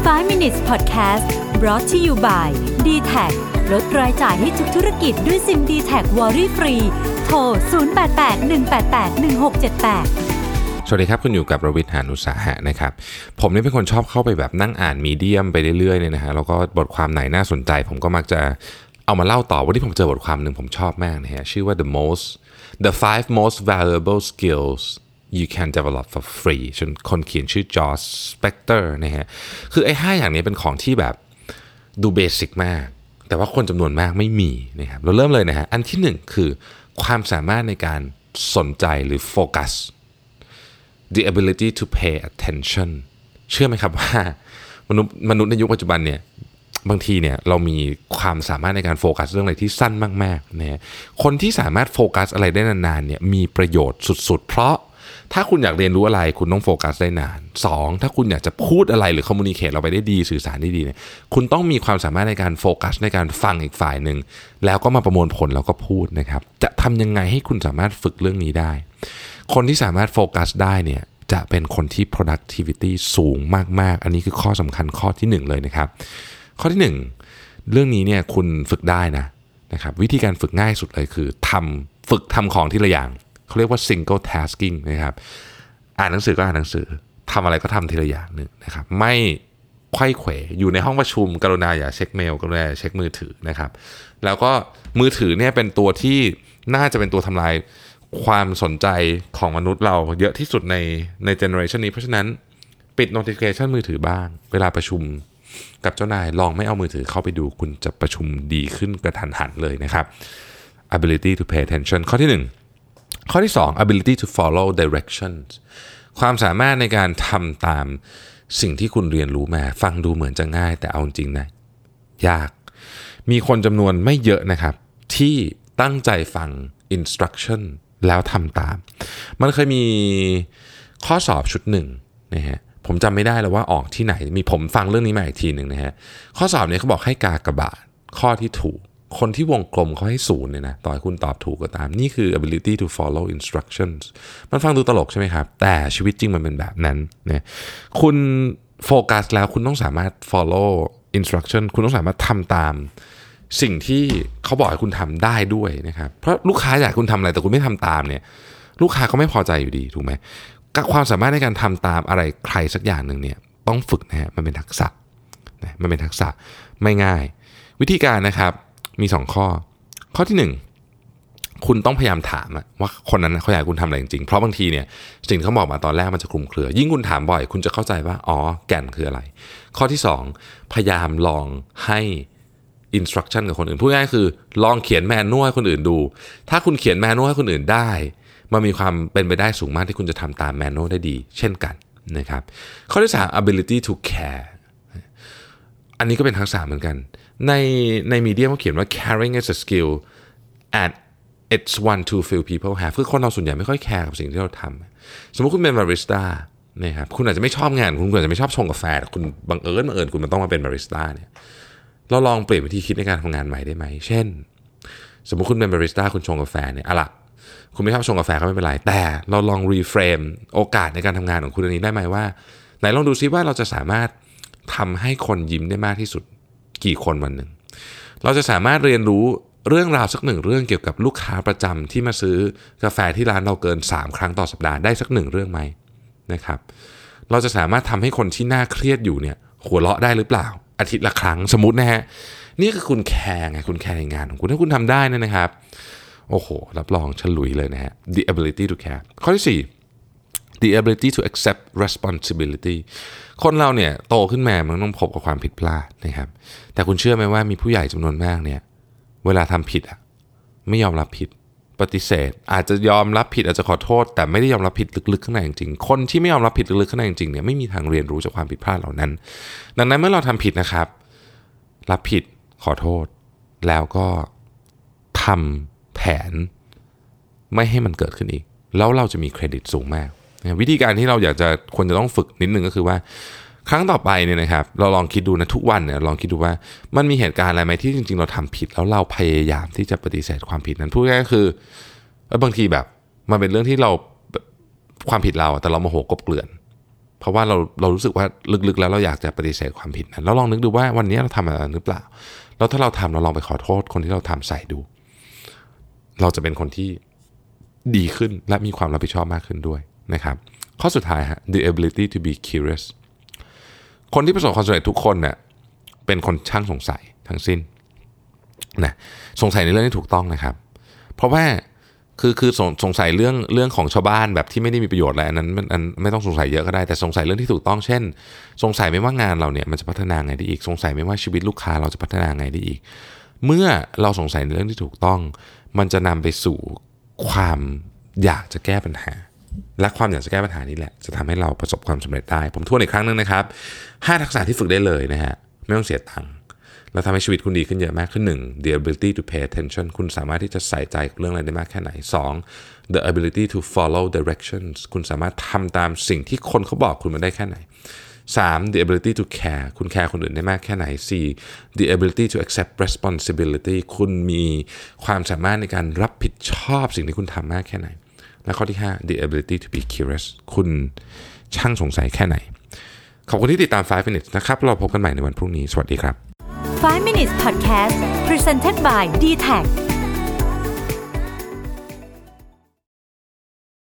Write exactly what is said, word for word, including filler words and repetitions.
five minutes podcast brought to you by ดี แท็ก ลดรายจ่ายให้ทุกธุรกิจด้วยซิม ดี แท็ก Worry Free โทรศูนย์ แปด แปด หนึ่ง แปด แปด หนึ่ง หก เจ็ด แปดสวัสดีครับคุณอยู่กับรวิทย์ หาญอุตสาหะนะครับผมนี่เป็นคนชอบเข้าไปแบบนั่งอ่านมีเดียมไปเรื่อยๆเนี่ยนะฮะแล้วก็บทความไหนน่าสนใจผมก็มักจะเอามาเล่าต่อวันนี้ผมเจอบทความนึงผมชอบมากนะฮะชื่อว่า the most the five most valuable skills you can develop for free จนคนเขียนชื่อจอร์จสเปกเตอร์นะฮะคือไอ้ห้าอย่างนี้เป็นของที่แบบดูเบสิกมากแต่ว่าคนจำนวนมากไม่มีนะครับเราเริ่มเลยนะฮะอันที่หนึ่งคือความสามารถในการสนใจหรือโฟกัสthe ability to pay attention เชื่อไหมครับว่ามนุษย์มนุษย์ในยุคปัจจุบันเนี่ยบางทีเนี่ยเรามีความสามารถในการโฟกัสเรื่องอะไรที่สั้นมากๆนะคนที่สามารถโฟกัสอะไรได้นานๆเนี่ยมีประโยชน์สุดๆเพราะถ้าคุณอยากเรียนรู้อะไรคุณต้องโฟกัสได้นานสองถ้าคุณอยากจะพูดอะไรหรือคอมมูนิเคตเราไปได้ดีสื่อสารได้ดีเนี่ยคุณต้องมีความสามารถในการโฟกัสในการฟังอีกฝ่ายนึงแล้วก็มาประมวลผลแล้วก็พูดนะครับจะทำยังไงให้คุณสามารถฝึกเรื่องนี้ได้คนที่สามารถโฟกัสได้เนี่ยจะเป็นคนที่ productivity สูงมากๆอันนี้คือข้อสำคัญข้อที่หนึ่งเลยนะครับข้อที่หนึ่งเรื่องนี้เนี่ยคุณฝึกได้นะนะครับวิธีการฝึกง่ายสุดเลยคือทำฝึกทำของทีละอย่างเขาเรียกว่า single tasking นะครับอ่านหนังสือก็อ่านหนังสือทำอะไรก็ทำทีละอย่างหนึ่งนะครับไม่ไขว้เขวอยู่ในห้องประชุมกรุณาอย่าเช็คเมลกรุณาอย่าเช็คมือถือนะครับแล้วก็มือถือเนี่ยเป็นตัวที่น่าจะเป็นตัวทำลายความสนใจของมนุษย์เราเยอะที่สุดในในเจเนอเรชันนี้เพราะฉะนั้นปิด notification มือถือบ้างเวลาประชุมกับเจ้านายลองไม่เอามือถือเข้าไปดูคุณจะประชุมดีขึ้นกระทันหันเลยนะครับ ability to pay attention ข้อที่หนึ่งข้อที่สอง ability to follow directions ความสามารถในการทำตามสิ่งที่คุณเรียนรู้มาฟังดูเหมือนจะง่ายแต่เอาจริงนะยากมีคนจำนวนไม่เยอะนะครับที่ตั้งใจฟัง instruction แล้วทำตามมันเคยมีข้อสอบชุดหนึ่งนะฮะผมจำไม่ได้แล้วว่าออกที่ไหนมีผมฟังเรื่องนี้มาอีกทีหนึ่งนะฮะข้อสอบนี้เขาบอกให้กากบาทข้อที่ถูกคนที่วงกลมเขาให้ศูนย์เนี่ยนะต่อให้คุณตอบถูกก็ตามนี่คือ ability to follow instructions มันฟังดูตลกใช่ไหมครับแต่ชีวิตจริงมันเป็นแบบนั้นนะคุณโฟกัสแล้วคุณต้องสามารถ follow instruction คุณต้องสามารถทำตามสิ่งที่เขาบอกให้คุณทำได้ด้วยนะครับเพราะลูกค้าอยากคุณทำอะไรแต่คุณไม่ทำตามเนี่ยลูกค้าก็ไม่พอใจอยู่ดีถูกไหมความสามารถในการทำตามอะไรใครสักอย่างหนึ่งเนี่ยต้องฝึกนะฮะมันเป็นทักษะนะมันเป็นทักษะไม่ง่ายวิธีการนะครับมีสองข้อข้อที่หนึ่งคุณต้องพยายามถามว่าคนนั้นเขาอยากคุณทำอะไรจริงๆเพราะบางทีเนี่ยสิ่งที่เขาบอกมาตอนแรกมันจะคลุมเครือยิ่งคุณถามบ่อยคุณจะเข้าใจว่าอ๋อแก่นคืออะไรข้อที่สองพยายามลองให้instruction กับคนอื่นพูดง่ายๆคือลองเขียนแมนนวลให้คนอื่นดูถ้าคุณเขียนแมนนวลให้คนอื่นได้มันมีความเป็นไปได้สูงมากที่คุณจะทำตามแมนนวลได้ดีเช่นกันนะครับข้อที่สาม ability to care อันนี้ก็เป็นทักษะเหมือนกันในในมีเดียเขาเขียนว่า caring is a skill and it's one too few people have คือคนเราส่วนใหญ่ไม่ค่อยแคร์กับสิ่งที่เราทำสมมติคุณเป็นบาริสต้านะครับคุณอาจจะไม่ชอบงานคุณอาจจะไม่ชอบชงกาแฟคุณบังเอิญบังเอิญคุณมันต้องมาเป็นบาริสต้าเนี่ยเราลองเปลี่ยนวิธีคิดในการทำงานใหม่ได้ไหมเช่นสมมุติคุณเป็นบาริสต้าคุณชงกาแฟเนี่ยอะล่ะคุณไม่ชอบชงกาแฟก็ไม่เป็นไรแต่เราลองรีเฟรมโอกาสในการทำงานของคุณอันนี้ได้ไหมว่าไหนลองดูซิว่าเราจะสามารถทำให้คนยิ้มได้มากที่สุดกี่คนวันหนึ่งเราจะสามารถเรียนรู้เรื่องราวสักหนึ่งเรื่องเกี่ยวกับลูกค้าประจำที่มาซื้อกาแฟที่ร้านเราเกินสามครั้งต่อสัปดาห์ได้สักหนึ่งเรื่องไหมนะครับเราจะสามารถทำให้คนที่น่าเครียดอยู่เนี่ยหัวเราะได้หรือเปล่าอาทิตย์ละครั้งสมมุตินะฮะนี่คือคุณแคร์ไงคุณแคร์ในงานของคุณถ้าคุณทำได้นะนะครับโอ้โหรับรองฉลุยเลยนะฮะ the ability to care ข้อที่สี่ the ability to accept responsibility คนเราเนี่ยโตขึ้นมามันต้องพบกับความผิดพลาดนะครับแต่คุณเชื่อไหมว่ามีผู้ใหญ่จำนวนมากเนี่ยเวลาทำผิดอ่ะไม่ยอมรับผิดปฏิเสธอาจจะยอมรับผิดอาจจะขอโทษแต่ไม่ได้ยอมรับผิดลึกๆข้างในจริงๆคนที่ไม่ยอมรับผิดลึกๆข้างในจริงๆเนี่ยไม่มีทางเรียนรู้จากความผิดพลาดเหล่านั้นดังนั้นเมื่อเราทำผิดนะครับรับผิดขอโทษแล้วก็ทำแผนไม่ให้มันเกิดขึ้นอีกแล้วเราจะมีเครดิตสูงมากวิธีการที่เราอยากจะควรจะต้องฝึกนิดนึงก็คือว่าครั้งต่อไปเนี่ยนะครับเราลองคิดดูนะทุกวันเนี่ยลองคิดดูว่ามันมีเหตุการณ์อะไรไหมที่จริงๆเราทำผิดแล้วเราพยายามที่จะปฏิเสธความผิดนั้นพูดง่ายๆคือบางทีแบบมันเป็นเรื่องที่เราความผิดเราแต่เราโมโหกบเกลื่อนเพราะว่าเราเรารู้สึกว่าลึกๆแล้วเราอยากจะปฏิเสธความผิดนั้นแล้วลองนึกดูว่าวันนี้เราทำอะไรหรือเปล่าแล้วถ้าเราทำเราลองไปขอโทษคนที่เราทำใส่ดูเราจะเป็นคนที่ดีขึ้นและมีความรับผิดชอบมากขึ้นด้วยนะครับข้อสุดท้ายฮะ the ability to be curious คนที่ประสบความสำเร็จทุกคนเนี่ยเป็นคนช่างสงสัยทั้งสิ้นนะสงสัยในเรื่องที่ถูกต้องนะครับเพราะว่าคือคือสงสงสัยเรื่องเรื่องของชาวบ้านแบบที่ไม่ได้มีประโยชน์อะไรอันนั้นมันอันไม่ต้องสงสัยเยอะก็ได้แต่สงสัยเรื่องที่ถูกต้องเช่นสงสัยไม่ว่างานเราเนี่ยมันจะพัฒนาไงได้อีกสงสัยไม่ว่าชีวิตลูกค้าเราจะพัฒนาไงได้อีกเมื่อเราสงสัยในเรื่องที่ถูกต้องมันจะนำไปสู่ความอยากจะแก้ปัญหาและความอยากจะแก้ปัญหานี้แหละจะทำให้เราประสบความสำเร็จได้ผมทวนอีกครั้งนึงนะครับห้าทักษะที่ฝึกได้เลยนะฮะไม่ต้องเสียตังค์แล้วทำให้ชีวิตคุณดีขึ้นเยอะมากขึ้นหนึ่ง the ability to pay attention คุณสามารถที่จะใส่ใจกับเรื่องอะไรได้มากแค่ไหนสอง the ability to follow directions คุณสามารถทำตามสิ่งที่คนเขาบอกคุณมาได้แค่ไหนสาม the ability to care คุณแคร์คนอื่นได้มากแค่ไหนสี่ the ability to accept responsibility คุณมีความสามารถในการรับผิดชอบสิ่งที่คุณทำมากแค่ไหนและข้อที่ห้า the ability to be curious คุณช่างสงสัยแค่ไหนขอบคุณที่ติดตามไฟว์ minutes นะครับเราพบกันใหม่ในวันพรุ่งนี้สวัสดีครับไฟว์ minutes podcast presented by ดี แท็ก